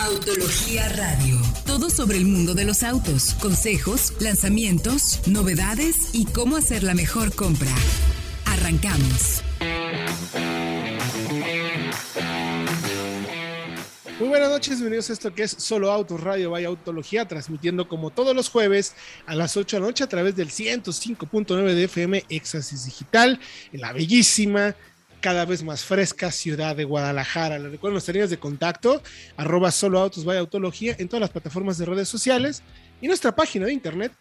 Autología Radio. Todo sobre el mundo de los autos, consejos, lanzamientos, novedades y cómo hacer la mejor compra. Arrancamos. Muy buenas noches, bienvenidos a esto que es Solo Autos Radio by Autología, transmitiendo como todos los jueves a las 8 de la noche a través del 105.9 de FM Éxtasis Digital, en la bellísima, cada vez más fresca ciudad de Guadalajara. Les recuerdo nuestras líneas de contacto, @Solo Autos by Autología en todas las plataformas de redes sociales y nuestra página de internet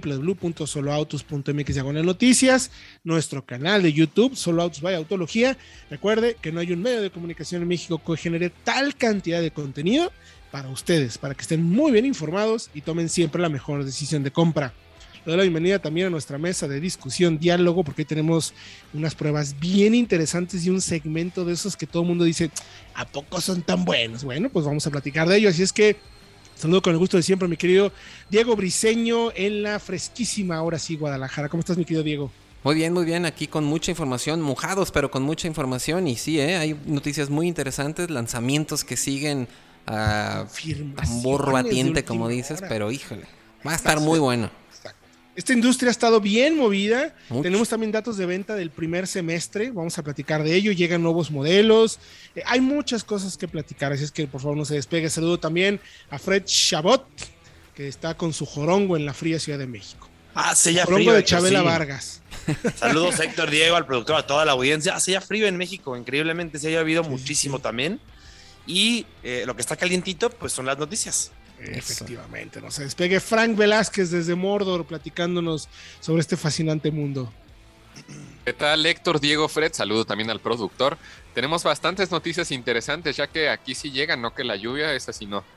www.soloautos.mx/noticias, nuestro canal de YouTube, Solo Autos by Autología. Recuerde que no hay un medio de comunicación en México que genere tal cantidad de contenido para ustedes, para que estén muy bien informados y tomen siempre la mejor decisión de compra. Le doy la bienvenida también a nuestra mesa de discusión, diálogo, porque hoy tenemos unas pruebas bien interesantes y un segmento de esos que todo el mundo dice, ¿a poco son tan buenos? Bueno, pues vamos a platicar de ello, así es que saludo con el gusto de siempre, mi querido Diego Briseño, en la fresquísima, ahora sí, Guadalajara. ¿Cómo estás, mi querido Diego? Muy bien, aquí con mucha información, mojados, pero con mucha información, y sí, hay noticias muy interesantes, lanzamientos que siguen a tambor batiente, como dices, pero híjole, va a estar muy bueno. Esta industria ha estado bien movida. Mucho. Tenemos también datos de venta del primer semestre, vamos a platicar de ello, llegan nuevos modelos, hay muchas cosas que platicar, así es que por favor no se despegue. Saludo también a Fred Chabot, que está con su jorongo en la fría Ciudad de México. Hace ya jorongo frío. de Chabela sí. Vargas. Saludos a Héctor, Diego, al productor, a toda la audiencia. Hace ya frío en México, increíblemente, se ha llovido muchísimo también. Y lo que está calientito, pues son las noticias. Efectivamente, no se despegue. Frank Velázquez desde Mordor platicándonos sobre este fascinante mundo. ¿Qué tal, Héctor, Diego, Fred? Saludo también al productor. Tenemos bastantes noticias interesantes, ya que aquí sí llegan, no que la lluvia, esa sí no.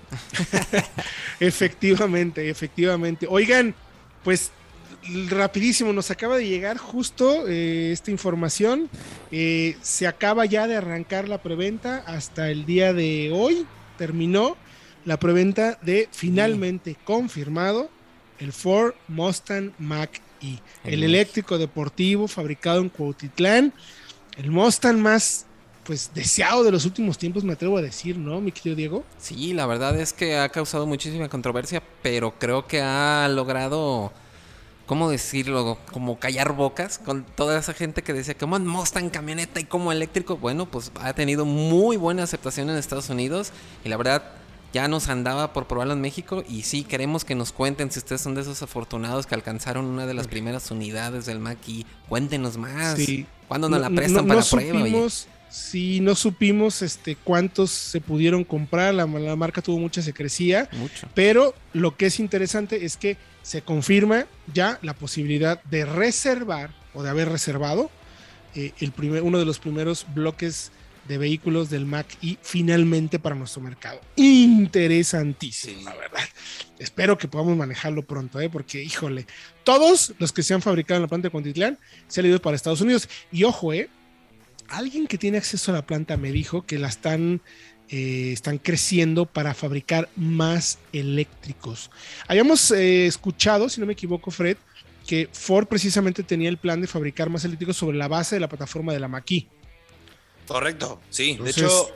Efectivamente. Oigan, pues rapidísimo, nos acaba de llegar justo esta información. Se acaba ya de arrancar la preventa hasta el día de hoy. Terminó la preventa de finalmente confirmado el Ford Mustang Mach-E, el eléctrico deportivo fabricado en Cuautitlán, el Mustang más pues deseado de los últimos tiempos, me atrevo a decir, ¿no, mi querido Diego? Sí, la verdad es que ha causado muchísima controversia, pero creo que ha logrado, ¿cómo decirlo? Como callar bocas con toda esa gente que decía, ¿cómo Mustang camioneta y como eléctrico? Bueno, pues ha tenido muy buena aceptación en Estados Unidos y la verdad ya nos andaba por probarlo en México y sí, queremos que nos cuenten si ustedes son de esos afortunados que alcanzaron una de las primeras unidades del Mach-E. Cuéntenos más. Sí. ¿Cuándo nos la prestan para prueba? Sí, no supimos cuántos se pudieron comprar, la marca tuvo mucha secrecía, pero lo que es interesante es que se confirma ya la posibilidad de reservar o de haber reservado uno de los primeros bloques de vehículos del Mach-E finalmente para nuestro mercado. Interesantísimo, la verdad. Espero que podamos manejarlo pronto, porque, híjole, todos los que se han fabricado en la planta de Cuautitlán se han ido para Estados Unidos. Y ojo, alguien que tiene acceso a la planta me dijo que la están creciendo para fabricar más eléctricos. Habíamos escuchado, si no me equivoco, Fred, que Ford precisamente tenía el plan de fabricar más eléctricos sobre la base de la plataforma de la Mach-E. Correcto, sí. Entonces, de hecho,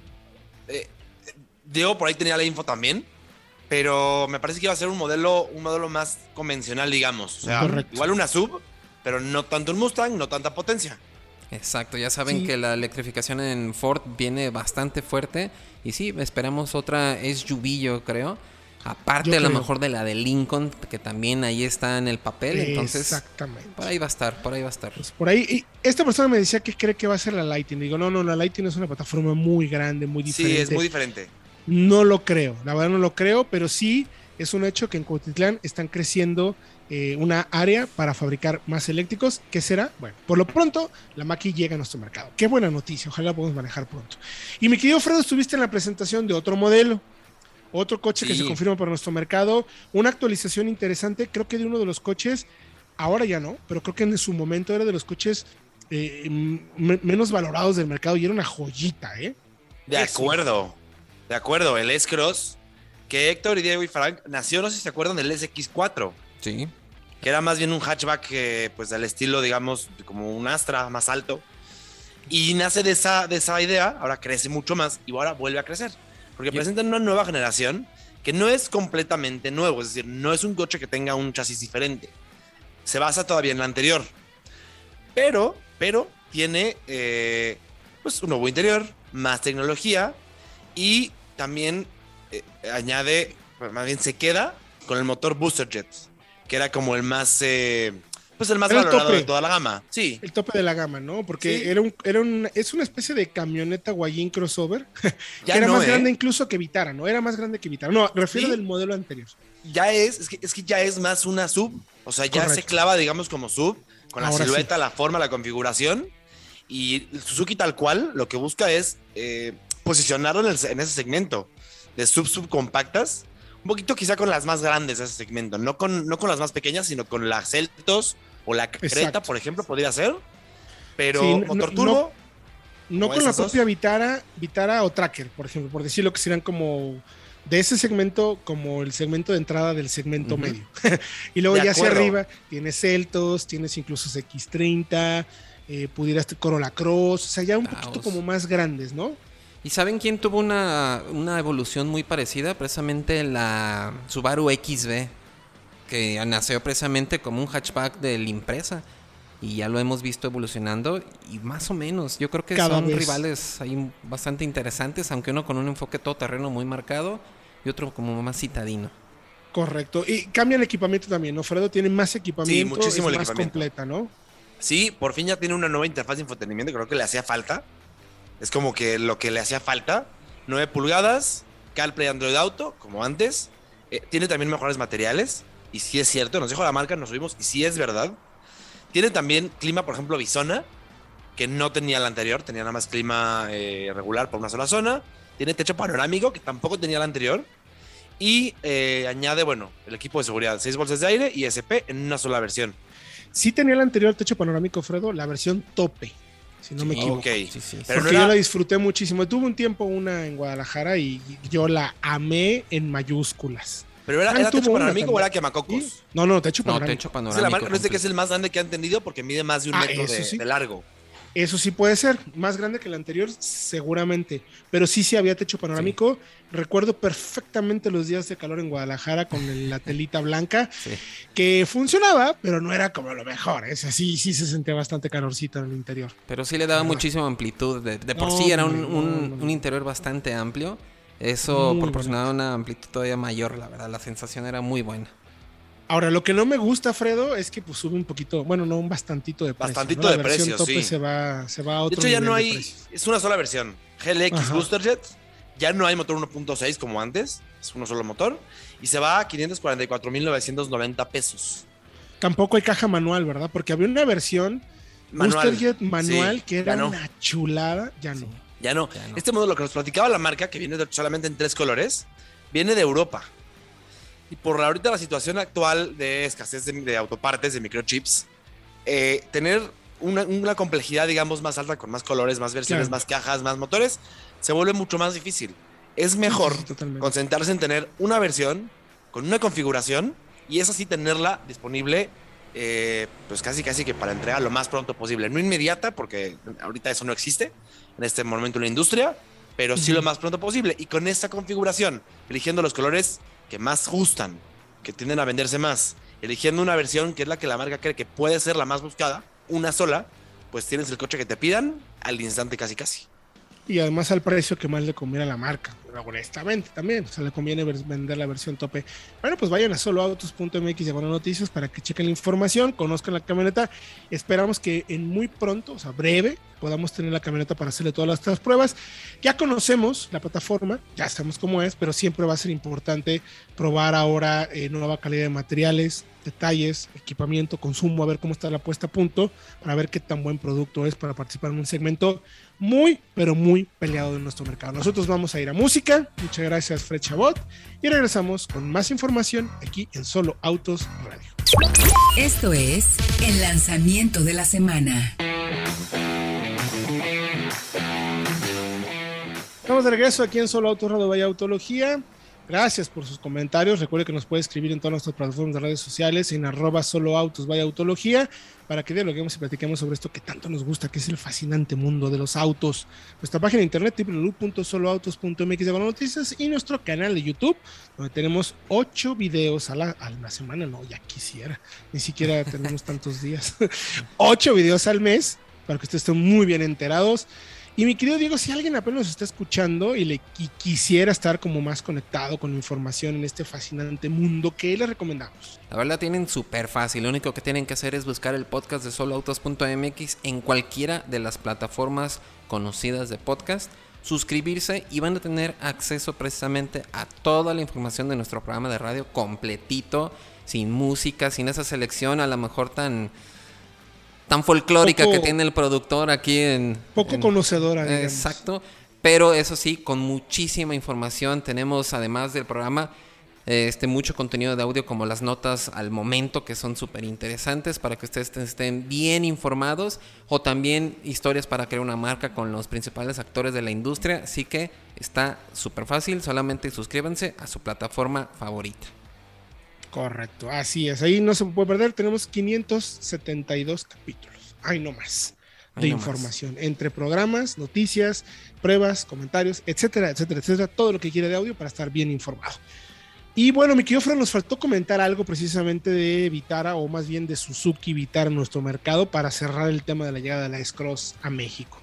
Diego por ahí tenía la info también, pero me parece que iba a ser un modelo más convencional, digamos. O sea, correcto. Igual una sub, pero no tanto un Mustang, no tanta potencia. Exacto, ya saben que la electrificación en Ford viene bastante fuerte y sí, esperamos otra SUV, yo creo. Aparte a lo mejor de la de Lincoln, que también ahí está en el papel, entonces exactamente. Por ahí va a estar. Pues por ahí, y esta persona me decía que cree que va a ser la Lightning. Digo, no, la Lightning es una plataforma muy grande, muy diferente. Sí, es muy diferente. No lo creo, la verdad no lo creo, pero sí es un hecho que en Cuautitlán están creciendo una área para fabricar más eléctricos. ¿Qué será? Bueno, por lo pronto la Mach-E llega a nuestro mercado. Qué buena noticia, ojalá la podamos manejar pronto. Y mi querido Fredo, estuviste en la presentación de otro modelo. Otro coche que se confirma para nuestro mercado, una actualización interesante, creo que de uno de los coches, ahora ya no, pero creo que en su momento era de los coches menos valorados del mercado y era una joyita, De acuerdo, el S-Cross, que Héctor y Diego y Frank nació, no sé si se acuerdan del SX4. Sí. Que era más bien un hatchback pues del estilo, digamos, como un Astra más alto. Y nace de esa idea, ahora crece mucho más y ahora vuelve a crecer. porque presentan una nueva generación que no es completamente nuevo, es decir, no es un coche que tenga un chasis diferente. Se basa todavía en la anterior, pero tiene pues un nuevo interior, más tecnología y también añade, más bien se queda con el motor Booster Jet, que era como el más pues el más valorado de toda la gama. Sí. El tope de la gama, ¿no? Porque sí. Es una especie de camioneta Guayín crossover. Ya que era más grande incluso que Vitara, ¿no? Era más grande que Vitara. No, refiero del modelo anterior. Ya es que ya es más una sub. O sea, ya se clava, digamos, como sub, con la silueta, la forma, la configuración. Y Suzuki tal cual, lo que busca es posicionarlo en ese segmento de subcompactas. Un poquito quizá con las más grandes de ese segmento. No con las más pequeñas, sino con las Celtos o la Creta, por ejemplo, podría ser. Pero sí, motor turbo. No con la propia Vitara o Tracker, por ejemplo, por decirlo, que serían como de ese segmento, como el segmento de entrada del segmento medio. Y luego ya hacia arriba tienes Celtos, tienes incluso X30, pudieras Corolla Cross, o sea, ya un poquito como más grandes, ¿no? ¿Y saben quién tuvo una evolución muy parecida? Precisamente la Subaru XB, que nació precisamente como un hatchback de la Impreza. Y ya lo hemos visto evolucionando y más o menos. Yo creo que son rivales ahí bastante interesantes, aunque uno con un enfoque todoterreno muy marcado y otro como más citadino. Correcto. Y cambia el equipamiento también, ¿no, Fredo? Tiene más equipamiento, sí, muchísimo es más completa, ¿no? Sí, por fin ya tiene una nueva interfaz de infotenimiento, creo que le hacía falta. Es como que lo que le hacía falta. 9 pulgadas, CarPlay Android Auto, como antes. Tiene también mejores materiales. Y sí es cierto, nos dijo la marca, nos subimos, y sí es verdad. Tiene también clima, por ejemplo, Bisona, que no tenía la anterior. Tenía nada más clima regular por una sola zona. Tiene techo panorámico, que tampoco tenía la anterior. Y añade, bueno, el equipo de seguridad. 6 bolsas de aire y SP en una sola versión. Sí tenía el anterior techo panorámico, Fredo, la versión tope, si no me equivoco. Okay. Sí. Pero porque yo la disfruté muchísimo. Tuve un tiempo una en Guadalajara y yo la amé en mayúsculas. ¿Pero era techo panorámico o era quemacocos? ¿Sí? No, techo panorámico. Techo panorámico. Es la marca, no sé que es el más grande que han tenido porque mide más de un metro de largo. Eso sí puede ser, más grande que el anterior, seguramente. Pero sí había techo panorámico. Sí. Recuerdo perfectamente los días de calor en Guadalajara con la telita blanca, que funcionaba, pero no era como lo mejor. Es así, sí se sentía bastante calorcito en el interior. Pero sí le daba muchísima amplitud. De por sí era un interior bastante amplio. Eso muy proporcionaba una amplitud todavía mayor, la verdad. La sensación era muy buena. Ahora, lo que no me gusta, Fredo, es que pues sube un poquito, bueno, no, un bastantito de precio. Bastantito de precio, tope sí. Se va a otro. De hecho, ya no hay, es una sola versión. GLX Booster Jet, ya no hay motor 1.6 como antes, es uno solo motor, y se va a 544,990 pesos. Tampoco hay caja manual, ¿verdad? Porque había una versión Booster Jet manual que era una chulada, ya no. Ya no. Este modelo que nos platicaba la marca, que viene solamente en 3 colores, viene de Europa. Y por ahorita la situación actual de escasez de autopartes, de microchips, tener una complejidad, digamos, más alta, con más colores, más versiones, más cajas, más motores, se vuelve mucho más difícil. Es mejor concentrarse en tener una versión con una configuración y esa sí tenerla disponible pues casi que para entrega lo más pronto posible. No inmediata, porque ahorita eso no existe en este momento en la industria, pero sí lo más pronto posible. Y con esta configuración, eligiendo los colores que más gustan, que tienden a venderse más, eligiendo una versión que es la que la marca cree que puede ser la más buscada, una sola, pues tienes el coche que te pidan al instante casi. Y además al precio que más le conviene a la marca, honestamente también, o sea, le conviene vender la versión tope. Bueno, pues vayan a soloautos.mx y Buenas Noticias para que chequen la información, conozcan la camioneta. Esperamos que en muy pronto, o sea, breve, podamos tener la camioneta para hacerle todas las pruebas. Ya conocemos la plataforma, ya sabemos cómo es, pero siempre va a ser importante probar ahora nueva calidad de materiales, detalles, equipamiento, consumo, a ver cómo está la puesta a punto, para ver qué tan buen producto es para participar en un segmento muy, pero muy peleado de nuestro mercado. Nosotros vamos a ir a música. Muchas gracias, Fred Chabot, y regresamos con más información aquí en Solo Autos Radio. Esto es el lanzamiento de la semana. Estamos de regreso aquí en Solo Autos Radio, vaya Autología. Gracias por sus comentarios. Recuerde que nos puede escribir en todas nuestras plataformas de redes sociales en @soloautos_autología para que dialoguemos y platiquemos sobre esto que tanto nos gusta, que es el fascinante mundo de los autos. Nuestra página de internet www.soloautos.mx/noticias y nuestro canal de YouTube, donde tenemos 8 videos a la semana. No, ya quisiera, ni siquiera tenemos tantos días. 8 videos al mes para que ustedes estén muy bien enterados. Y mi querido Diego, si alguien apenas nos está escuchando y quisiera estar como más conectado con información en este fascinante mundo, ¿qué le recomendamos? La verdad tienen súper fácil, lo único que tienen que hacer es buscar el podcast de soloautos.mx en cualquiera de las plataformas conocidas de podcast, suscribirse y van a tener acceso precisamente a toda la información de nuestro programa de radio completito, sin música, sin esa selección a lo mejor tan folclórica que tiene el productor aquí Poco conocedora, digamos. Exacto, pero eso sí, con muchísima información. Tenemos, además del programa, mucho contenido de audio como las notas al momento, que son súper interesantes para que ustedes estén bien informados, o también historias para crear una marca con los principales actores de la industria. Así que está súper fácil, solamente suscríbanse a su plataforma favorita. Correcto, así es, ahí no se puede perder, tenemos 572 capítulos, ahí no más, de información, entre programas, noticias, pruebas, comentarios, etcétera, etcétera, etcétera, todo lo que quiera de audio para estar bien informado. Y bueno, mi querido Fred, nos faltó comentar algo precisamente de Vitara, o más bien de Suzuki Vitara en nuestro mercado, para cerrar el tema de la llegada de la S-Cross a México.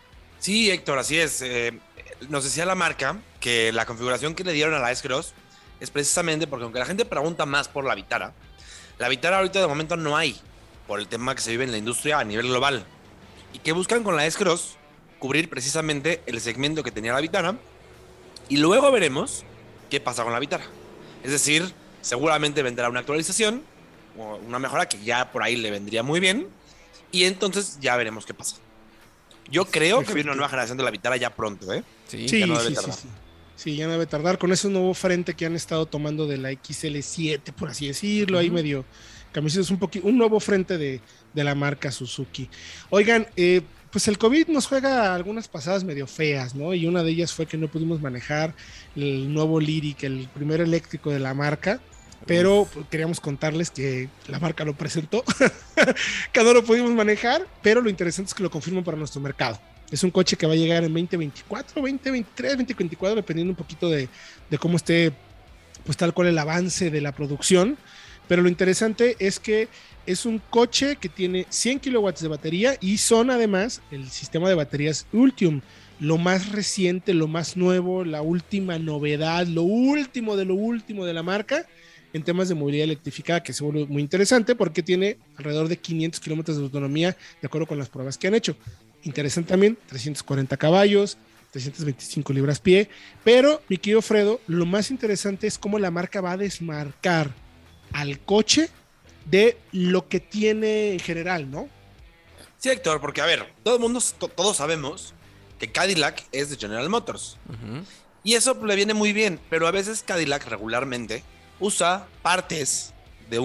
Sí, Héctor, así es. Nos decía la marca que la configuración que le dieron a la S-Cross es precisamente porque, aunque la gente pregunta más por la Vitara ahorita de momento no hay, por el tema que se vive en la industria a nivel global, y que buscan con la S-Cross cubrir precisamente el segmento que tenía la Vitara, y luego veremos qué pasa con la Vitara. Es decir, seguramente vendrá una actualización o una mejora que ya por ahí le vendría muy bien, y entonces ya veremos qué pasa. Yo creo que viene una nueva generación de la Vitara ya pronto, ¿eh? Sí, ya no debe tardar. Sí, ya no debe tardar con ese nuevo frente que han estado tomando de la XL7, por así decirlo, ahí medio camisetas, un nuevo frente de la marca Suzuki. Oigan, pues el COVID nos juega algunas pasadas medio feas, ¿no? Y una de ellas fue que no pudimos manejar el nuevo Lyriq, el primer eléctrico de la marca, pero queríamos contarles que la marca lo presentó, que no lo pudimos manejar, pero lo interesante es que lo confirman para nuestro mercado. Es un coche que va a llegar en 2024, 2023, 2024, dependiendo un poquito de cómo esté, pues tal cual el avance de la producción. Pero lo interesante es que es un coche que tiene 100 kilowatts de batería y son además el sistema de baterías Ultium, lo más reciente, lo más nuevo, la última novedad, lo último de la marca en temas de movilidad electrificada, que se vuelve muy interesante porque tiene alrededor de 500 kilómetros de autonomía de acuerdo con las pruebas que han hecho. Interesante también, 340 caballos, 325 libras-pie, pero mi querido Fredo, lo más interesante es cómo la marca va a desmarcar al coche de lo que tiene en general, ¿no? Sí, Héctor, porque a ver, todos sabemos que Cadillac es de General Motors, y eso le viene muy bien, pero a veces Cadillac regularmente usa partes de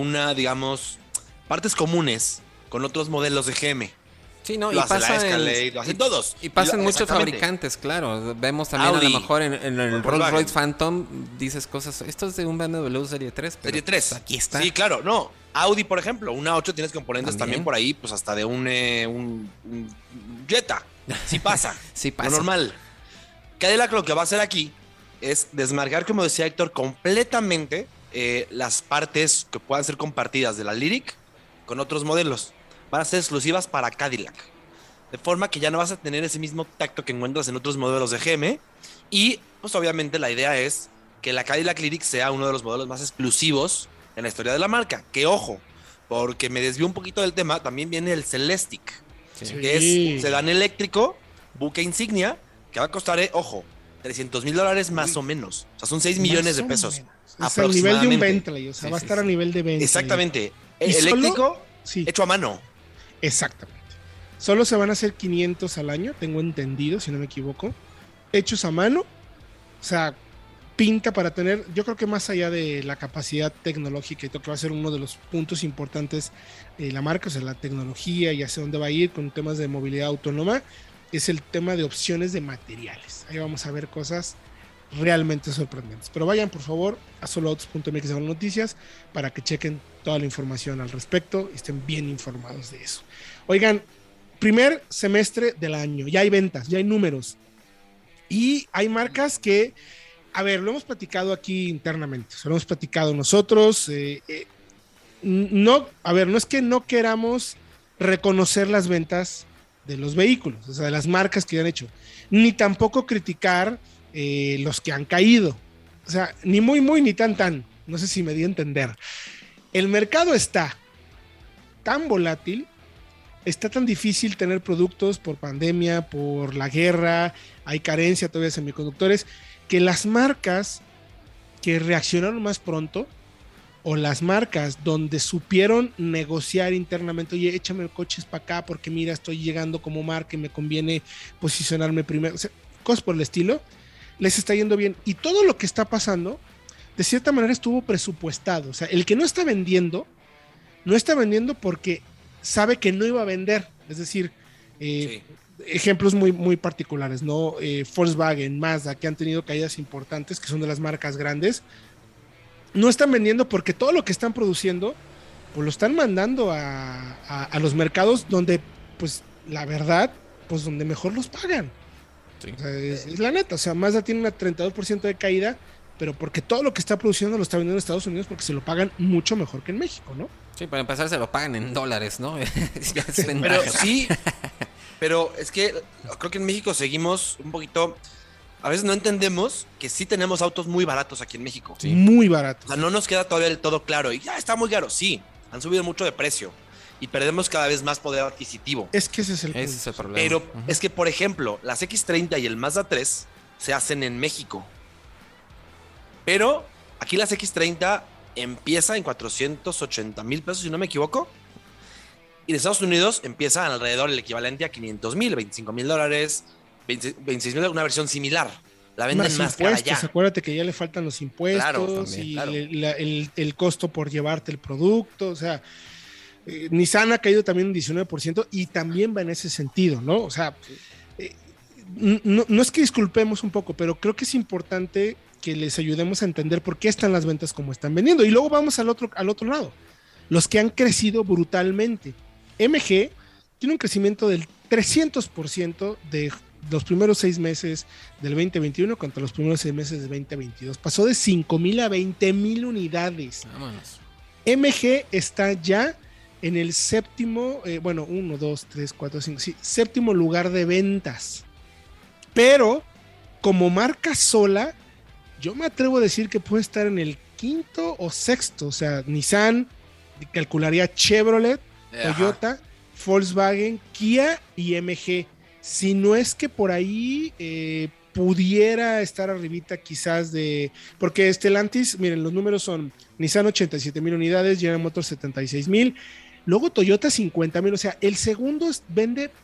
partes comunes con otros modelos de GM. Sí, no, lo hace la Escalade, lo hacen todos. Y pasan muchos fabricantes, claro. Vemos también Audi, a lo mejor en el Rolls Royce Phantom, dices cosas, esto es de un BMW Serie 3. Pero Serie 3. Pues aquí está. Sí, claro, no. Audi, por ejemplo, una 8 tienes componentes también por ahí, pues hasta de un Jetta. Sí pasa. Sí pasa. Lo normal. Cadillac lo que va a hacer aquí es desmarcar, como decía Héctor, completamente las partes que puedan ser compartidas de la Lyriq con otros modelos. Van a ser exclusivas para Cadillac, de forma que ya no vas a tener ese mismo tacto que encuentras en otros modelos de GM, y pues obviamente la idea es que la Cadillac Lyriq sea uno de los modelos más exclusivos en la historia de la marca. Que ojo, porque me desvío un poquito del tema, también viene el Celestiq, que es sedán eléctrico, buque insignia, que va a costar, ojo, $300,000 más o menos, o sea, son 6 millones de pesos. Es al nivel de un Bentley, o sea, va a estar a nivel de Bentley. Exactamente, eléctrico, hecho a mano. Exactamente. Solo se van a hacer 500 al año, tengo entendido, si no me equivoco. Hechos a mano. O sea, pinta para tener, yo creo que más allá de la capacidad tecnológica, que va a ser uno de los puntos importantes de la marca, o sea, la tecnología y hacia dónde va a ir con temas de movilidad autónoma, es el tema de opciones de materiales. Ahí vamos a ver cosas realmente sorprendentes. Pero vayan por favor a soloautos.mx noticias para que chequen toda la información al respecto y estén bien informados de eso. Oigan, primer semestre del año, ya hay ventas, ya hay números y hay marcas que, a ver, lo hemos platicado aquí internamente, lo hemos platicado nosotros, no es que no queramos reconocer las ventas de los vehículos, o sea, de las marcas que han hecho, ni tampoco criticar los que han caído, o sea, ni muy ni tan, no sé si me di a entender. El mercado está tan volátil, está tan difícil tener productos por pandemia, por la guerra, hay carencia todavía de semiconductores, que las marcas que reaccionaron más pronto, o las marcas donde supieron negociar internamente, oye, échame coches para acá porque mira, estoy llegando como marca y me conviene posicionarme primero, o sea, cosas por el estilo, les está yendo bien. Y todo lo que está pasando, de cierta manera estuvo presupuestado. O sea, el que no está vendiendo porque sabe que no iba a vender. Es decir, sí. Ejemplos muy particulares, ¿no? Volkswagen, Mazda, que han tenido caídas importantes, que son de las marcas grandes, no están vendiendo porque todo lo que están produciendo, pues lo están mandando a los mercados donde, pues, la verdad, pues donde mejor los pagan. Sí. O sea, es la neta. O sea, Mazda tiene un 32% de caída, pero porque todo lo que está produciendo lo está vendiendo en Estados Unidos porque se lo pagan mucho mejor que en México, ¿no? Sí, para empezar se lo pagan en dólares, ¿no? Pero sí, pero es que creo que en México seguimos un poquito, a veces no entendemos que sí tenemos autos muy baratos aquí en México. Sí. Muy baratos. O sea, no nos queda todavía del todo claro y ya está muy caro, sí, han subido mucho de precio y perdemos cada vez más poder adquisitivo. Es que ese es el problema. Pero es que, por ejemplo, las X30 y el Mazda 3 se hacen en México. Pero aquí las X30 empieza en 480,000 pesos, si no me equivoco. Y de Estados Unidos empieza alrededor el equivalente a 500,000, $25,000, 26,000, una versión similar. La venden más cara allá. Acuérdate que ya le faltan los impuestos, claro, también, y claro, el costo por llevarte el producto. O sea, Nissan ha caído también un 19% y también va en ese sentido, ¿no? O sea, no es que disculpemos un poco, pero creo que es importante que les ayudemos a entender por qué están las ventas como están vendiendo. Y luego vamos al otro lado. Los que han crecido brutalmente. MG tiene un crecimiento del 300% de los primeros 6 meses del 2021 contra los primeros 6 meses del 2022. Pasó de 5,000 a 20,000 unidades. Vámonos. MG está ya en el séptimo, 1, 2, 3, 4, 5, sí, séptimo lugar de ventas. Pero como marca sola, yo me atrevo a decir que puede estar en el quinto o sexto. O sea, Nissan, calcularía Chevrolet, Toyota, Volkswagen, Kia y MG. Si no es que por ahí pudiera estar arribita quizás de... Porque Stellantis, miren, los números son Nissan 87,000 unidades, General Motors 76,000, luego Toyota 50,000. O sea, el segundo vende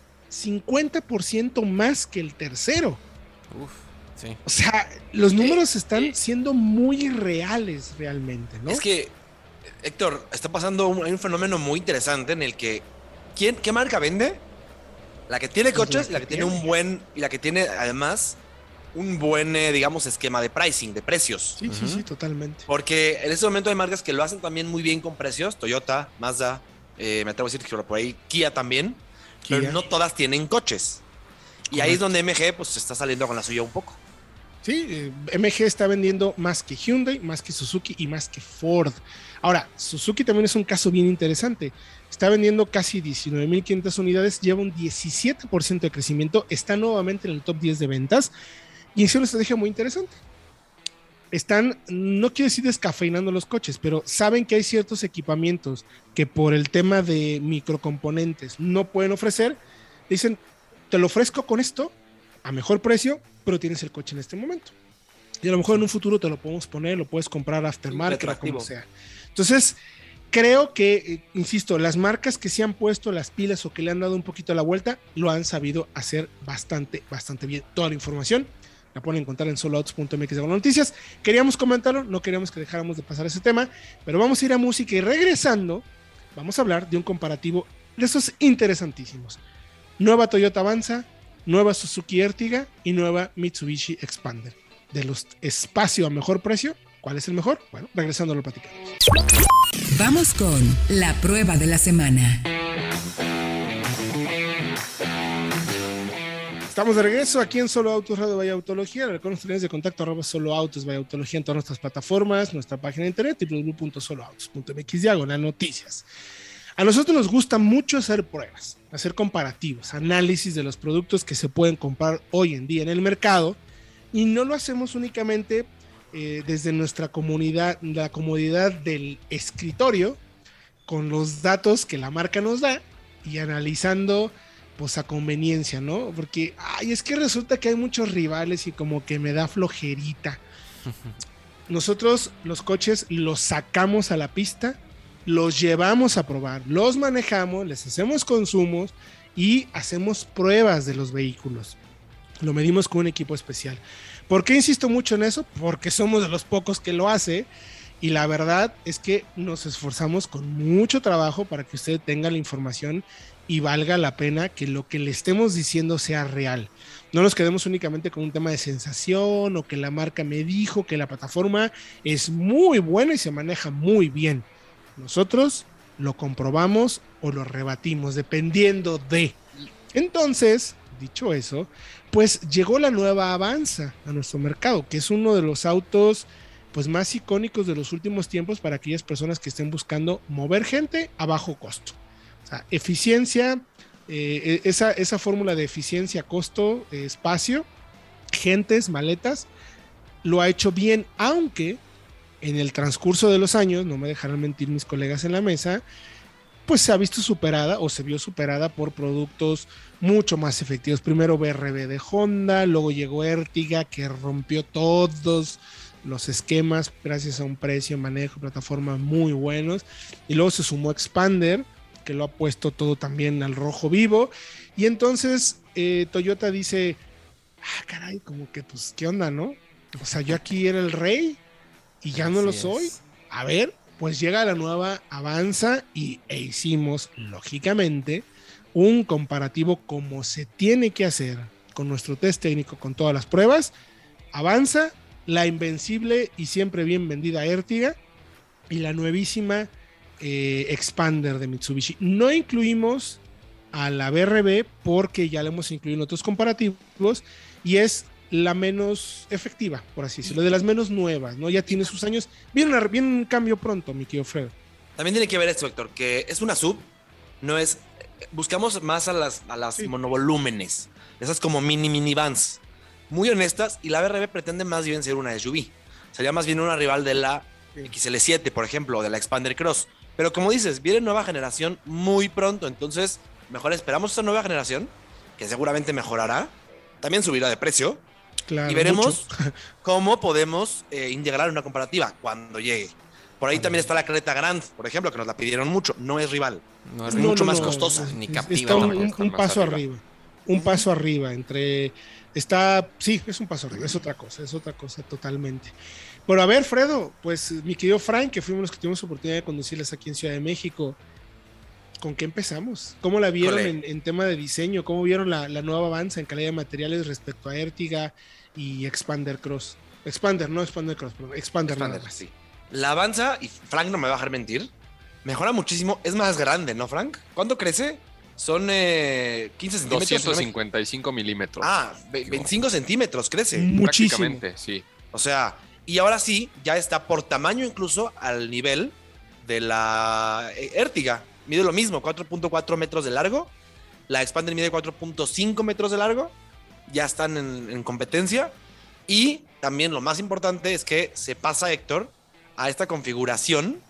50% más que el tercero. Uf. Sí. O sea, los números están siendo muy reales realmente, ¿no? Es que, Héctor, está pasando hay un fenómeno muy interesante en el que ¿qué marca vende? La que tiene coches, la que tiene un buen, y la que tiene además un buen, digamos, esquema de pricing, de precios. Sí, uh-huh. Sí, totalmente. Porque en este momento hay marcas que lo hacen también muy bien con precios, Toyota, Mazda, me atrevo a decir que por ahí Kia también, pero no todas tienen coches. Y correcto. Ahí es donde MG pues está saliendo con la suya un poco. Sí, MG está vendiendo más que Hyundai, más que Suzuki y más que Ford. Ahora, Suzuki también es un caso bien interesante. Está vendiendo casi 19,500 unidades, lleva un 17% de crecimiento, está nuevamente en el top 10 de ventas y es una estrategia muy interesante. Están, no quiero decir descafeinando los coches, pero saben que hay ciertos equipamientos que por el tema de microcomponentes no pueden ofrecer. Dicen, te lo ofrezco con esto a mejor precio, pero tienes el coche en este momento. Y a lo mejor en un futuro te lo podemos poner, lo puedes comprar aftermarket, como sea. Entonces, creo que, insisto, las marcas que se han puesto las pilas o que le han dado un poquito la vuelta, lo han sabido hacer bastante bien. Toda la información la pueden encontrar en soloautos.mx de noticias. Queríamos comentarlo, no queríamos que dejáramos de pasar ese tema, pero vamos a ir a música y regresando, vamos a hablar de un comparativo de esos interesantísimos. Nueva Toyota Avanza, nueva Suzuki Ertiga y nueva Mitsubishi Expander. de los espacio a mejor precio, ¿cuál es el mejor? Bueno, regresando lo platicamos. Vamos con la prueba de la semana. Estamos de regreso aquí en Solo Autos Radio Vaya Autología. Recuerden los teléfonos de contacto @Solo Autos Vaya Autología en todas nuestras plataformas, nuestra página de internet www.soloautos.mx/noticias. A nosotros nos gusta mucho hacer pruebas, hacer comparativos, análisis de los productos que se pueden comprar hoy en día en el mercado, y no lo hacemos únicamente desde nuestra comunidad, la comodidad del escritorio, con los datos que la marca nos da y analizando pues a conveniencia, ¿no? Porque, es que resulta que hay muchos rivales y como que me da flojerita. Nosotros los coches los sacamos a la pista, los llevamos a probar, los manejamos, les hacemos consumos y hacemos pruebas de los vehículos. Lo medimos con un equipo especial. ¿Por qué insisto mucho en eso? Porque somos de los pocos que lo hace, y la verdad es que nos esforzamos con mucho trabajo para que usted tenga la información y valga la pena que lo que le estemos diciendo sea real. No nos quedemos únicamente con un tema de sensación o que la marca me dijo que la plataforma es muy buena y se maneja muy bien. Nosotros lo comprobamos o lo rebatimos, dependiendo de. Entonces, dicho eso, pues llegó la nueva Avanza a nuestro mercado, que es uno de los autos pues más icónicos de los últimos tiempos para aquellas personas que estén buscando mover gente a bajo costo. O sea, eficiencia, esa fórmula de eficiencia, costo, espacio, gentes, maletas, lo ha hecho bien, aunque en el transcurso de los años, no me dejarán mentir mis colegas en la mesa, pues se ha visto superada o se vio superada por productos mucho más efectivos. Primero BRB de Honda, luego llegó Ertiga, que rompió todos los esquemas gracias a un precio, manejo, plataforma muy buenos, y luego se sumó Expander, que lo ha puesto todo también al rojo vivo, y entonces Toyota dice, caray, como que pues qué onda, ¿no? O sea, yo aquí era el rey y ya no lo soy. A ver, pues llega la nueva Avanza e hicimos, lógicamente, un comparativo como se tiene que hacer con nuestro test técnico, con todas las pruebas. Avanza, la invencible y siempre bien vendida Ertiga y la nuevísima Expander de Mitsubishi. No incluimos a la BRB porque ya la hemos incluido en otros comparativos y es la menos efectiva, por así decirlo, de las menos nuevas, ¿no? Ya tiene sus años. Viene un cambio pronto, mi querido Fred. También tiene que ver esto, Héctor, que es una sub, no es. Buscamos más a las sí, monovolúmenes, esas como minivans, muy honestas, y la BRB pretende más bien ser una SUV. Sería más bien una rival de la XL7, por ejemplo, o de la Expander Cross. Pero como dices, viene nueva generación muy pronto, entonces mejor esperamos esa nueva generación, que seguramente mejorará, también subirá de precio, claro, y veremos cómo podemos integrar una comparativa cuando llegue. Por ahí también está la Creta Grand, por ejemplo, que nos la pidieron mucho, no es rival, es mucho más costosa. Ni captiva. Está un paso arriba. Un paso arriba, sí, es un paso arriba, es otra cosa totalmente. Pero a ver, Fredo, pues mi querido Frank, que fuimos los que tuvimos oportunidad de conducirles aquí en Ciudad de México, ¿con qué empezamos? ¿Cómo la vieron en tema de diseño? ¿Cómo vieron la nueva Avanza en calidad de materiales respecto a Ertiga y Expander Cross? Expander Cross, perdón, Expander sí. La Avanza, y Frank no me va a dejar mentir, mejora muchísimo, es más grande, ¿no, Frank? ¿Cuánto crece? Son 15 centímetros. 255 milímetros. 25 centímetros crece. Muchísimo. Prácticamente, sí. O sea, y ahora sí, ya está por tamaño incluso al nivel de la Ertiga. Mide lo mismo, 4.4 metros de largo. La Expander mide 4.5 metros de largo. Ya están en competencia. Y también lo más importante es que se pasa, Héctor, a esta configuración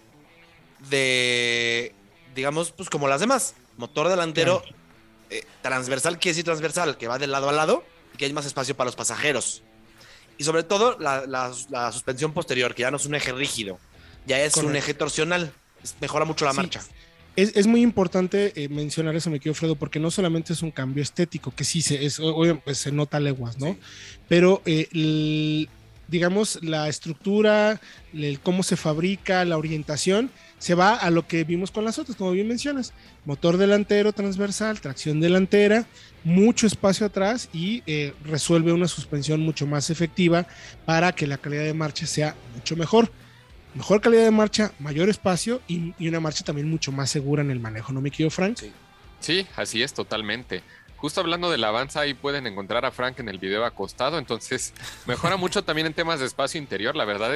de, digamos, pues como las demás. Motor delantero transversal, quiere decir transversal, que va de lado a lado y que hay más espacio para los pasajeros. Y sobre todo la suspensión posterior, que ya no es un eje rígido, ya es un eje torsional. Mejora mucho la marcha. Es muy importante mencionar eso, me querido Fredo, porque no solamente es un cambio estético, que sí se nota a leguas, ¿no? Sí. Pero digamos, la estructura, cómo se fabrica, la orientación, se va a lo que vimos con las otras, como bien mencionas, motor delantero transversal, tracción delantera, mucho espacio atrás y resuelve una suspensión mucho más efectiva para que la calidad de marcha sea mucho mejor. Mejor calidad de marcha, mayor espacio y una marcha también mucho más segura en el manejo, ¿no, mi querido Frank? Sí, así es, totalmente. Justo hablando de la Avanza, ahí pueden encontrar a Frank en el video acostado, entonces mejora mucho también en temas de espacio interior. La verdad,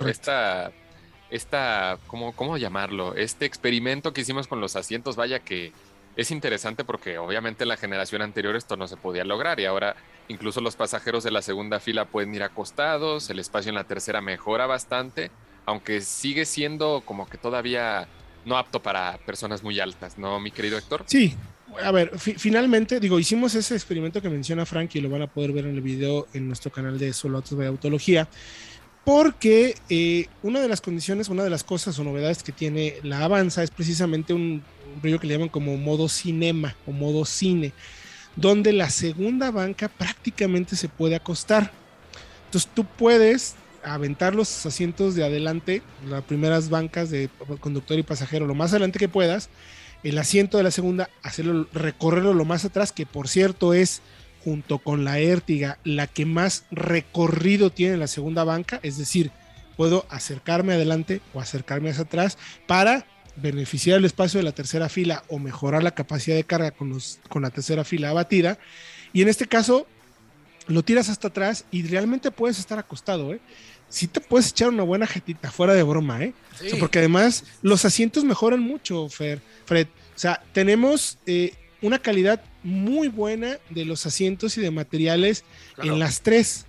¿cómo llamarlo? Este experimento que hicimos con los asientos, vaya que es interesante porque obviamente en la generación anterior esto no se podía lograr y ahora incluso los pasajeros de la segunda fila pueden ir acostados, el espacio en la tercera mejora bastante, aunque sigue siendo como que todavía no apto para personas muy altas, ¿no, mi querido Héctor? Sí. A ver, finalmente, hicimos ese experimento que menciona Frank y lo van a poder ver en el video en nuestro canal de Solo Autos de Autología, porque una de las condiciones, una de las cosas o novedades que tiene la Avanza es precisamente un rollo que le llaman como modo cinema o modo cine, donde la segunda banca prácticamente se puede acostar. Entonces tú puedes aventar los asientos de adelante, las primeras bancas de conductor y pasajero, lo más adelante que puedas, el asiento de la segunda, recorrerlo lo más atrás, que por cierto es, junto con la Ertiga, la que más recorrido tiene la segunda banca, es decir, puedo acercarme adelante o acercarme hacia atrás para beneficiar el espacio de la tercera fila o mejorar la capacidad de carga con la tercera fila abatida, y en este caso lo tiras hasta atrás y realmente puedes estar acostado, sí te puedes echar una buena jetita, fuera de broma, Sí. O sea, porque además los asientos mejoran mucho, Fred. O sea, tenemos una calidad muy buena de los asientos y de materiales en las tres.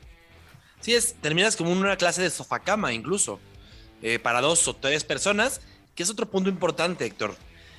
Sí, terminas como una clase de sofacama incluso, para 2 o 3 personas, que es otro punto importante, Héctor.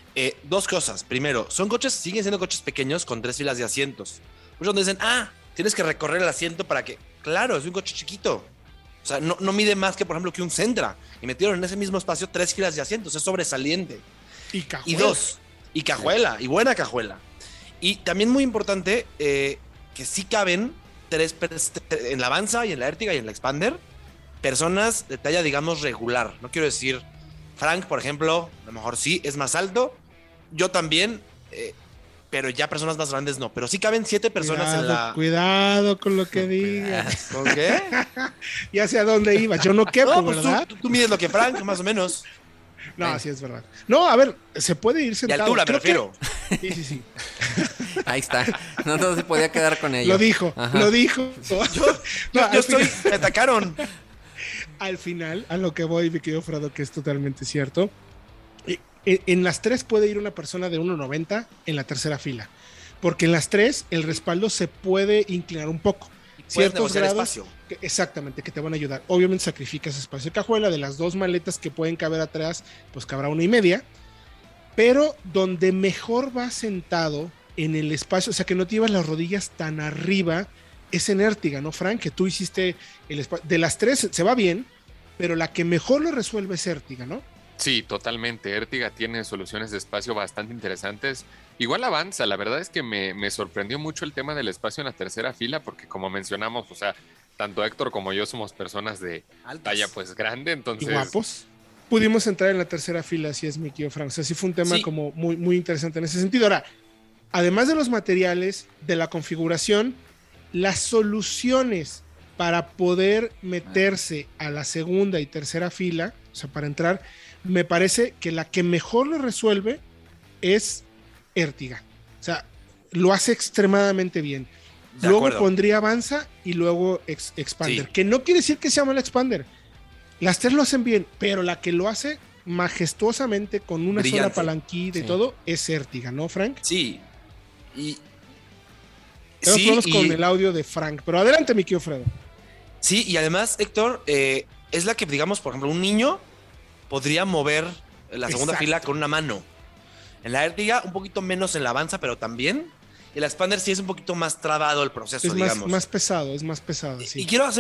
2 cosas. Primero, siguen siendo coches pequeños con 3 filas de asientos. Muchos donde dicen, tienes que recorrer el asiento para que... Claro, es un coche chiquito. O sea, no mide más que, por ejemplo, que un Sentra. Y metieron en ese mismo espacio 3 filas de asientos. Es sobresaliente. Y cajuela. Y 2, y cajuela, y buena cajuela. Y también muy importante, que sí caben 3 en la Avanza y en la Ertiga y en la Expander, personas de talla, digamos, regular. No quiero decir, Frank, por ejemplo, a lo mejor sí, es más alto. Yo también, pero ya personas más grandes no. Pero sí caben 7 personas en la... Cuidado con lo que digas. ¿Con qué? Ya sé a dónde ibas. Yo no quepo, pues ¿verdad? Tú mides lo que Frank, más o menos. No, sí es verdad. No, a ver, se puede ir sentado. De altura, me refiero. Sí. Ahí está. No se podía quedar con ello. Lo dijo. Me atacaron. Al final, a lo que voy, mi querido Fredo, que es totalmente cierto. En las 3 puede ir una persona de 1.90 en la tercera fila. Porque en las 3 el respaldo se puede inclinar un poco. Ciertos grados, espacio. Exactamente, que te van a ayudar. Obviamente sacrificas espacio de cajuela, de las 2 maletas que pueden caber atrás, pues cabrá 1.5, pero donde mejor va sentado en el espacio, o sea que no te llevas las rodillas tan arriba, es en Ertiga, ¿no, Frank? Que tú hiciste el espacio, de las 3 se va bien, pero la que mejor lo resuelve es Ertiga, ¿no? Sí, totalmente. Ertiga tiene soluciones de espacio bastante interesantes. Igual Avanza, la verdad es que me sorprendió mucho el tema del espacio en la tercera fila, porque como mencionamos, o sea, tanto Héctor como yo somos personas de talla pues grande, entonces... Y guapos. Pudimos entrar en la tercera fila, así es, mi querido Frank. O sea, sí fue un tema como muy, muy interesante en ese sentido. Ahora, además de los materiales, de la configuración, las soluciones para poder meterse a la segunda y tercera fila, o sea, para entrar, me parece que la que mejor lo resuelve es Ertiga. O sea, lo hace extremadamente bien. Luego pondría Avanza y luego Expander, que no quiere decir que sea mal Expander. Las 3 lo hacen bien, pero la que lo hace majestuosamente con una sola palanquita y todo es Ertiga, ¿no, Frank? Sí. Vamos con el audio de Frank, pero adelante, mi querido Fredo. Sí, y además, Héctor, es la que, digamos, por ejemplo, un niño podría mover la segunda fila con una mano. En la Ertiga, un poquito menos en la Avanza, pero también. Y la Expander sí es un poquito más trabado el proceso, digamos. Es más pesado, sí. Y quiero hacer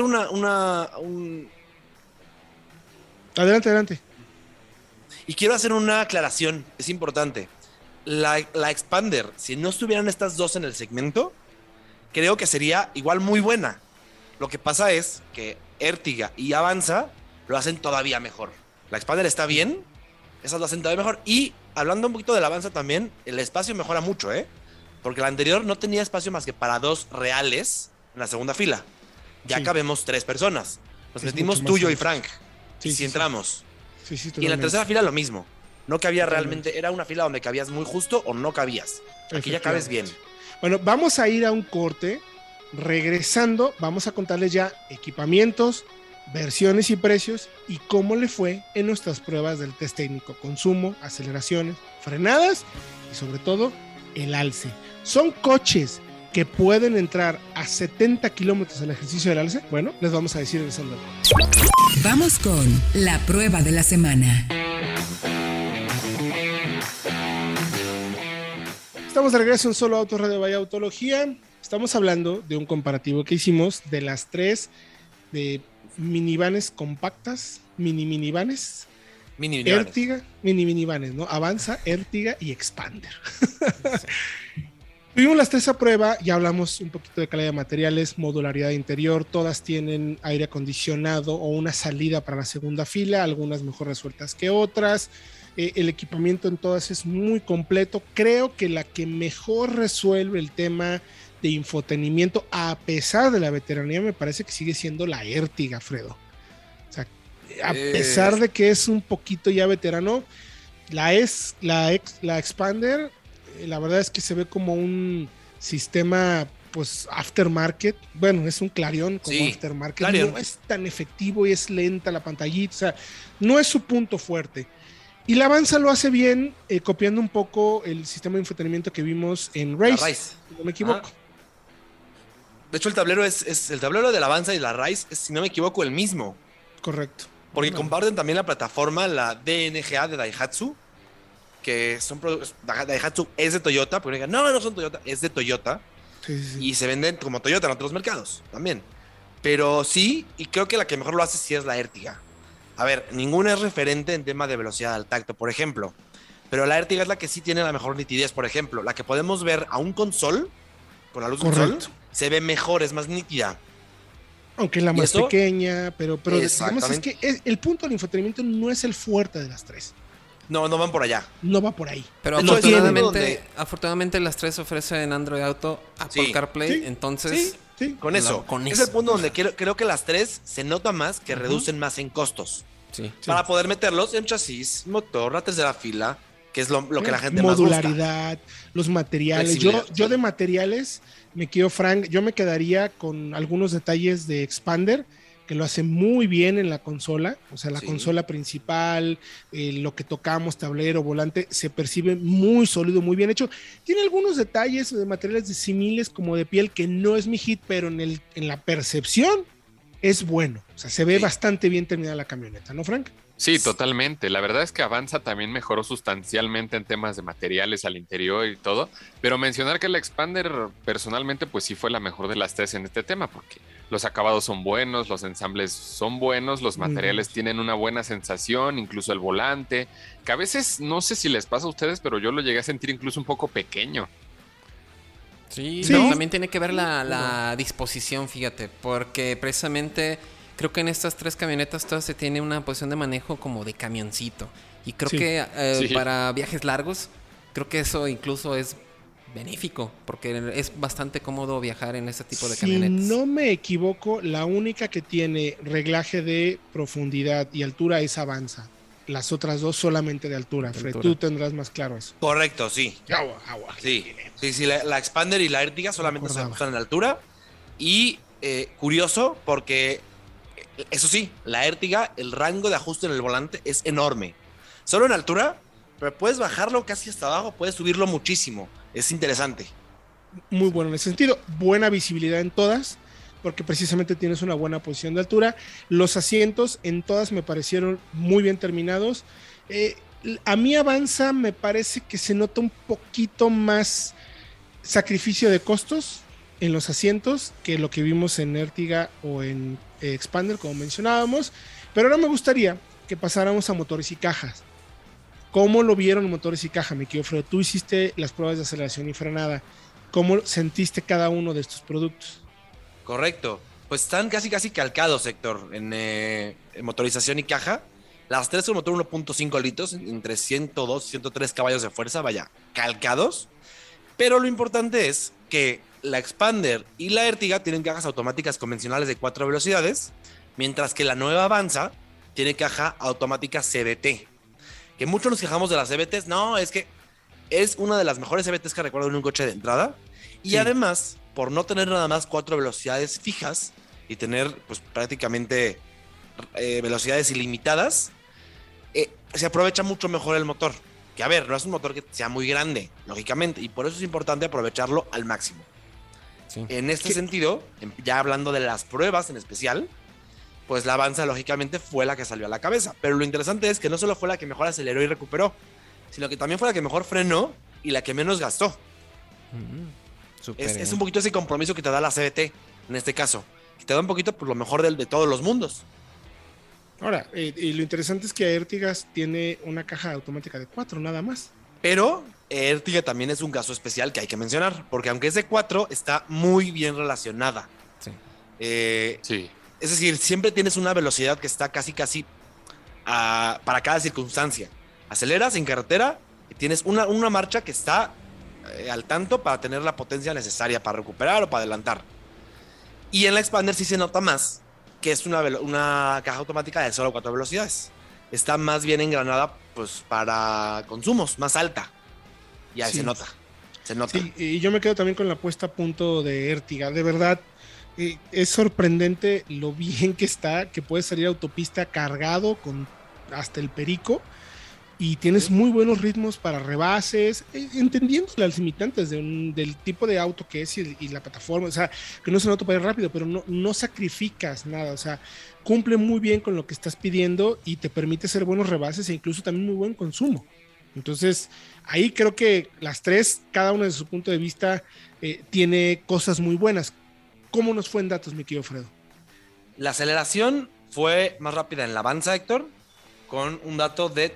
Adelante. Y quiero hacer una aclaración, es importante. La Expander, si no estuvieran estas 2 en el segmento, creo que sería igual muy buena. Lo que pasa es que Ertiga y Avanza lo hacen todavía mejor. La Expander está bien, esas lo hacen todavía mejor. Y hablando un poquito del Avanza también, el espacio mejora mucho, porque la anterior no tenía espacio más que para 2 reales en la segunda fila. Ya cabemos 3 personas. Nos metimos tú, yo y Frank. Sí, entramos. Sí, y en la tercera fila lo mismo. No cabía realmente, era una fila donde cabías muy justo o no cabías. Aquí ya cabes bien. Bueno, vamos a ir a un corte. Regresando, vamos a contarles ya equipamientos, versiones y precios y cómo le fue en nuestras pruebas del test técnico, consumo, aceleraciones, frenadas y sobre todo el alce. Son coches que pueden entrar a 70 kilómetros al ejercicio del alce. Bueno, les vamos a decir regresando. Vamos con la prueba de la semana. Estamos de regreso en Solo Autos Radio Bahía Autología. Estamos hablando de un comparativo que hicimos de las 3 de minivanes compactas, minivanes. Ertiga, minivanes, ¿no? Avanza, Ertiga y Expander. Sí. Tuvimos las 3 a prueba, ya hablamos un poquito de calidad de materiales, modularidad interior, todas tienen aire acondicionado o una salida para la segunda fila, algunas mejor resueltas que otras. El equipamiento en todas es muy completo. Creo que la que mejor resuelve el tema de infotenimiento, a pesar de la veteranía, me parece que sigue siendo la Ertiga, Fredo. O sea, a pesar de que es un poquito ya veterano, la Expander, la verdad es que se ve como un sistema, pues, aftermarket. Bueno, es un Clarion como aftermarket. Clarion. No es tan efectivo y es lenta la pantallita. O sea, no es su punto fuerte. Y la Avanza lo hace bien, copiando un poco el sistema de infotenimiento que vimos en Race. Si no me equivoco. De hecho, el tablero el tablero de la Avanza y la Rise es, si no me equivoco, el mismo. Correcto. Porque comparten también la plataforma, la DNGA de Daihatsu, que son Daihatsu es de Toyota, porque digan, no son Toyota, es de Toyota. Sí. Y se venden como Toyota en otros mercados también. Pero sí, y creo que la que mejor lo hace sí es la Ertiga. A ver, ninguna es referente en tema de velocidad al tacto, por ejemplo. Pero la Ertiga es la que sí tiene la mejor nitidez, por ejemplo. La que podemos ver a un console, con la luz del sol, se ve mejor, es más nítida. Aunque es la más pequeña, pero digamos es que el punto del infotenimiento no es el fuerte de las 3. No van por allá. No va por ahí. Pero afortunadamente las 3 ofrecen Android Auto, Apple CarPlay, entonces... Sí. Con eso. Es el punto donde creo que las 3 se nota más que reducen más en costos. Sí. Para poder meterlos en chasis, motor, la tercera fila, que es lo que la gente más busca. Modularidad, los materiales. Yo de materiales, Frank, yo me quedaría con algunos detalles de Expander, que lo hace muy bien en la consola, o sea, la consola principal, lo que tocamos, tablero, volante, se percibe muy sólido, muy bien hecho. Tiene algunos detalles de materiales de similes como de piel que no es mi hit, pero en la percepción es bueno. O sea, se ve bastante bien terminada la camioneta, ¿no, Frank? Sí, totalmente. La verdad es que Avanza también mejoró sustancialmente en temas de materiales al interior y todo, pero mencionar que la Expander personalmente pues sí fue la mejor de las 3 en este tema, porque los acabados son buenos, los ensambles son buenos, los materiales tienen una buena sensación, incluso el volante, que a veces no sé si les pasa a ustedes, pero yo lo llegué a sentir incluso un poco pequeño. Sí. No, también tiene que ver la disposición, fíjate, porque precisamente creo que en estas 3 camionetas todas se tiene una posición de manejo como de camioncito. Y creo que para viajes largos, creo que eso incluso es benéfico, porque es bastante cómodo viajar en este tipo de camionetas. Si no me equivoco, la única que tiene reglaje de profundidad y altura es Avanza. Las otras 2 solamente de altura, Fred. Tú tendrás más claro eso. Correcto, sí. Agua. Sí, la Expander y la Ertiga solamente se ajustan en altura. Y curioso, porque eso sí, la Ertiga, el rango de ajuste en el volante es enorme. Solo en altura, pero puedes bajarlo casi hasta abajo, puedes subirlo muchísimo. Es interesante. Muy bueno en ese sentido. Buena visibilidad en todas, porque precisamente tienes una buena posición de altura. Los asientos en todas me parecieron muy bien terminados. A mí Avanza me parece que se nota un poquito más sacrificio de costos en los asientos que lo que vimos en Ertiga o en Expander, como mencionábamos. Pero ahora me gustaría que pasáramos a motores y cajas. ¿Cómo lo vieron motores y caja, mi querido Fredo? Tú hiciste las pruebas de aceleración y frenada. ¿Cómo sentiste cada uno de estos productos? Correcto. Pues están casi calcados, Héctor, en motorización y caja. Las tres con motor 1.5 litros, entre 102 y 103 caballos de fuerza, vaya, calcados. Pero lo importante es que la Expander y la Ertiga tienen cajas automáticas convencionales de 4 velocidades, mientras que la nueva Avanza tiene caja automática CVT. Que muchos nos quejamos de las CVTs. No, es que es una de las mejores CVTs que recuerdo en un coche de entrada. Y sí, además, por no tener nada más 4 velocidades fijas y tener pues prácticamente velocidades ilimitadas, se aprovecha mucho mejor el motor. Que a ver, no es un motor que sea muy grande, lógicamente, y por eso es importante aprovecharlo al máximo. Sí. En este sentido, ya hablando de las pruebas en especial, pues la Avanza lógicamente fue la que salió a la cabeza. Pero lo interesante es que no solo fue la que mejor aceleró y recuperó, sino que también fue la que mejor frenó y la que menos gastó. Es un poquito ese compromiso que te da la CVT, en este caso, que te da un poquito pues, lo mejor de todos los mundos. Ahora, y lo interesante es que Ertigas tiene una caja automática de 4 nada más. Pero Ertiga también es un caso especial que hay que mencionar, porque aunque es de 4, está muy bien relacionada. Sí. Sí. Es decir, siempre tienes una velocidad que está casi para cada circunstancia. Aceleras en carretera y tienes una marcha que está al tanto para tener la potencia necesaria para recuperar o para adelantar. Y en la Expander sí se nota más que es una caja automática de solo 4 velocidades. Está más bien engranada pues para consumos, más alta. Y ahí sí. se nota. Sí, y yo me quedo también con la puesta a punto de Ertiga. De verdad, es sorprendente lo bien que está, que puedes salir a autopista cargado con hasta el perico y tienes muy buenos ritmos para rebases, entendiendo las limitantes del tipo de auto que es y la plataforma, o sea, que no es un auto para ir rápido, pero no sacrificas nada, o sea, cumple muy bien con lo que estás pidiendo y te permite hacer buenos rebases e incluso también muy buen consumo. Entonces, ahí creo que las tres, cada una de su punto de vista, tiene cosas muy buenas. ¿Cómo nos fue en datos, mi querido Fredo? La aceleración fue más rápida en la Avanza, Héctor, con un dato de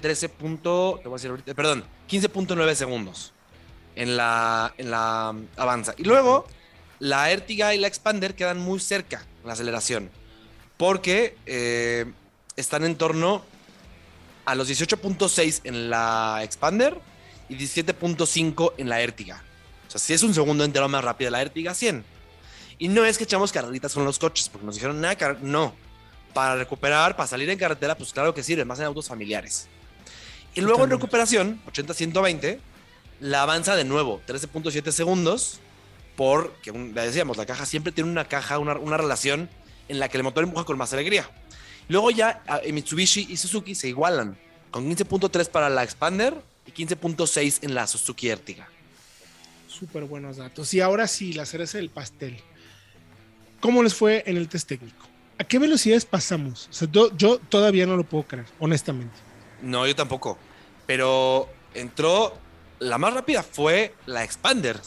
15.9 segundos en la Avanza. Y luego, la Ertiga y la Expander quedan muy cerca en la aceleración, porque están en torno a los 18.6 en la Expander y 17.5 en la Ertiga. O sea, si es un segundo entero más rápida la Ertiga, 100. Y no es que echamos carreritas con los coches, porque nos dijeron nada, no. Para recuperar, para salir en carretera, pues claro que sirve, más en autos familiares. Y luego en recuperación, 80-120, la Avanza de nuevo, 13.7 segundos, porque, ya decíamos, la caja siempre tiene una relación en la que el motor empuja con más alegría. Luego ya Mitsubishi y Suzuki se igualan, con 15.3 para la Expander y 15.6 en la Suzuki Ertiga. Súper buenos datos. Y ahora sí, la cereza del pastel. ¿Cómo les fue en el test técnico? ¿A qué velocidades pasamos? O sea, yo todavía no lo puedo creer, honestamente. No, yo tampoco. Pero la más rápida fue la Expander,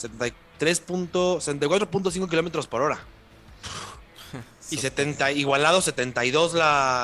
74.5 kilómetros por hora. Y igualado 72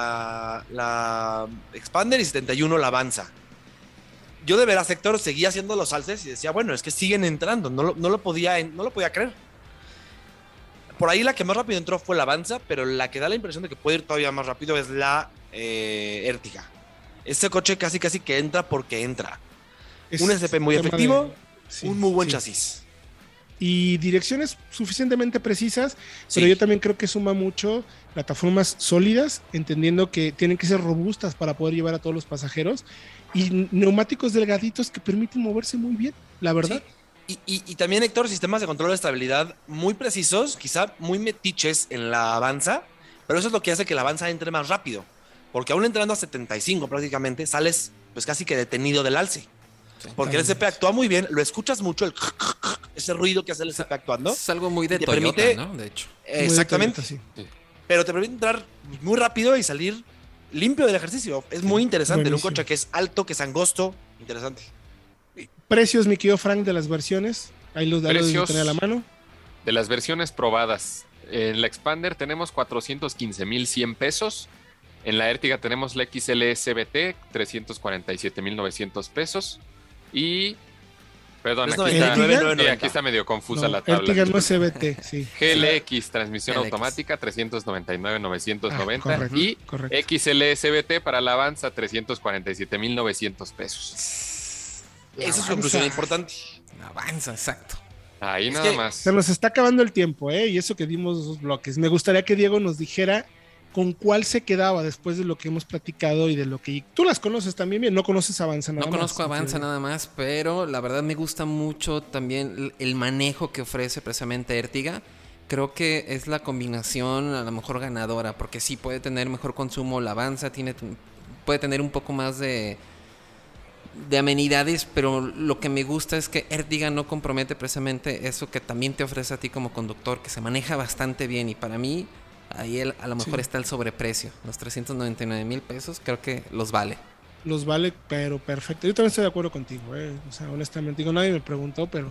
la Expander y 71 la Avanza. Yo de veras, Héctor, seguía haciendo los alces y decía, bueno, es que siguen entrando, no lo podía creer. Por ahí la que más rápido entró fue la Avanza, pero la que da la impresión de que puede ir todavía más rápido es la Ertiga. Este coche casi que entra porque entra. Un SP muy efectivo, un muy buen chasis. Y direcciones suficientemente precisas, pero yo también creo que suma mucho plataformas sólidas, entendiendo que tienen que ser robustas para poder llevar a todos los pasajeros, y neumáticos delgaditos que permiten moverse muy bien, la verdad. Sí. Y también, Héctor, sistemas de control de estabilidad muy precisos, quizá muy metiches en la Avanza, pero eso es lo que hace que la Avanza entre más rápido, porque aún entrando a 75 prácticamente, sales pues casi que detenido del alce. Porque el SP actúa muy bien, lo escuchas mucho, ese ruido que hace el SP actuando. Es algo muy de Toyota, permite, ¿no? De hecho. Exactamente. Toyota, sí. Pero te permite entrar muy rápido y salir limpio del ejercicio. Es muy interesante, en un coche que es alto, que es angosto, interesante. Precios, mi querido Frank, de las versiones. Ahí los datos de tener a la mano. De las versiones probadas. En la Expander tenemos 415,100 pesos. En la Ertiga tenemos la XL CVT, 347,900 pesos. Y Perdón, Es aquí está, 99.90. sí, aquí está medio confusa No, la tabla. Ertiga no es CVT, sí. GLX, transmisión GLX. automática, 399,990. correcto, Y correcto. XLSBT para la Avanza, 347,900 pesos. Esa es Avanza. su conclusión importante. Avanza, exacto. Ahí Es nada que más. Se nos está acabando el tiempo, ¿eh? Y eso que dimos 2 bloques. Me gustaría que Diego nos dijera con cuál se quedaba después de lo que hemos platicado y de lo que... Tú las conoces también bien, no conoces Avanza nada No más. conozco Avanza Sí. nada más, pero la verdad me gusta mucho también el manejo que ofrece precisamente Ertiga. Creo que es la combinación a lo mejor ganadora, porque sí puede tener mejor consumo la Avanza, puede tener un poco más de amenidades, pero lo que me gusta es que Ertiga no compromete precisamente eso que también te ofrece a ti como conductor, que se maneja bastante bien, y para mí ahí a lo mejor está el sobreprecio. Los 399,000 pesos creo que los vale. Los vale, pero perfecto. Yo también estoy de acuerdo contigo, ¿eh? O sea, honestamente, digo, nadie me preguntó, pero...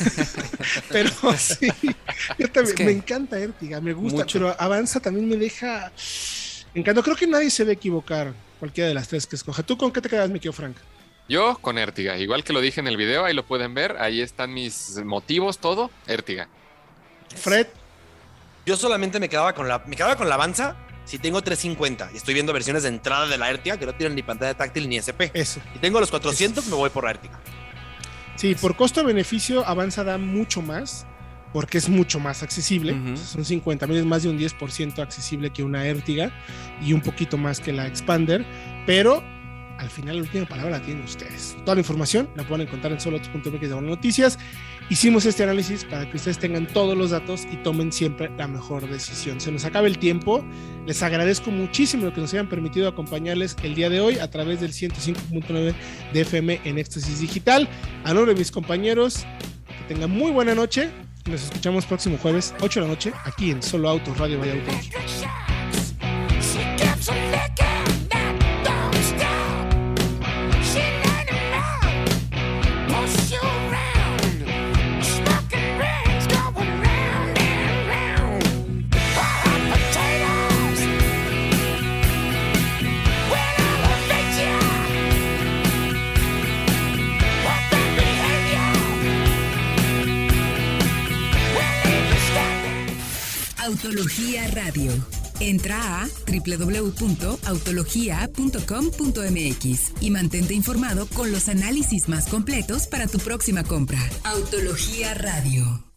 pero sí, yo también, Es que me encanta Ertiga, me gusta, mucho. pero Avanza también me deja... Me encanta, creo que nadie se debe equivocar, cualquiera de las tres que escoja. ¿Tú con qué te quedas, mi querido Frank? Yo con Ertiga, igual que lo dije en el video, ahí lo pueden ver, ahí están mis motivos, todo, Ertiga. Fred, Yo solamente me quedaba con la Avanza si tengo 350 y estoy viendo versiones de entrada de la Ertiga que no tienen ni pantalla táctil ni SP. eso. Y tengo los 400, me voy por la Ertiga. Sí, por costo-beneficio, Avanza da mucho más, porque es mucho más accesible. Ujú. Son 50,000, es más de un 10% accesible que una Ertiga y un poquito más que la Expander, pero al final la última palabra la tienen ustedes. Toda la información la pueden encontrar en soloautos.mx de Noticias. Hicimos este análisis para que ustedes tengan todos los datos y tomen siempre la mejor decisión. Se nos acaba el tiempo. Les agradezco muchísimo que nos hayan permitido acompañarles el día de hoy a través del 105.9 de FM en Éxtasis Digital. A nombre de mis compañeros, que tengan muy buena noche. Nos escuchamos próximo jueves, 8 de la noche, aquí en Solo Autos, Radio Vaya Auto México. Autología Radio. Entra a www.autologia.com.mx y mantente informado con los análisis más completos para tu próxima compra. Autología Radio.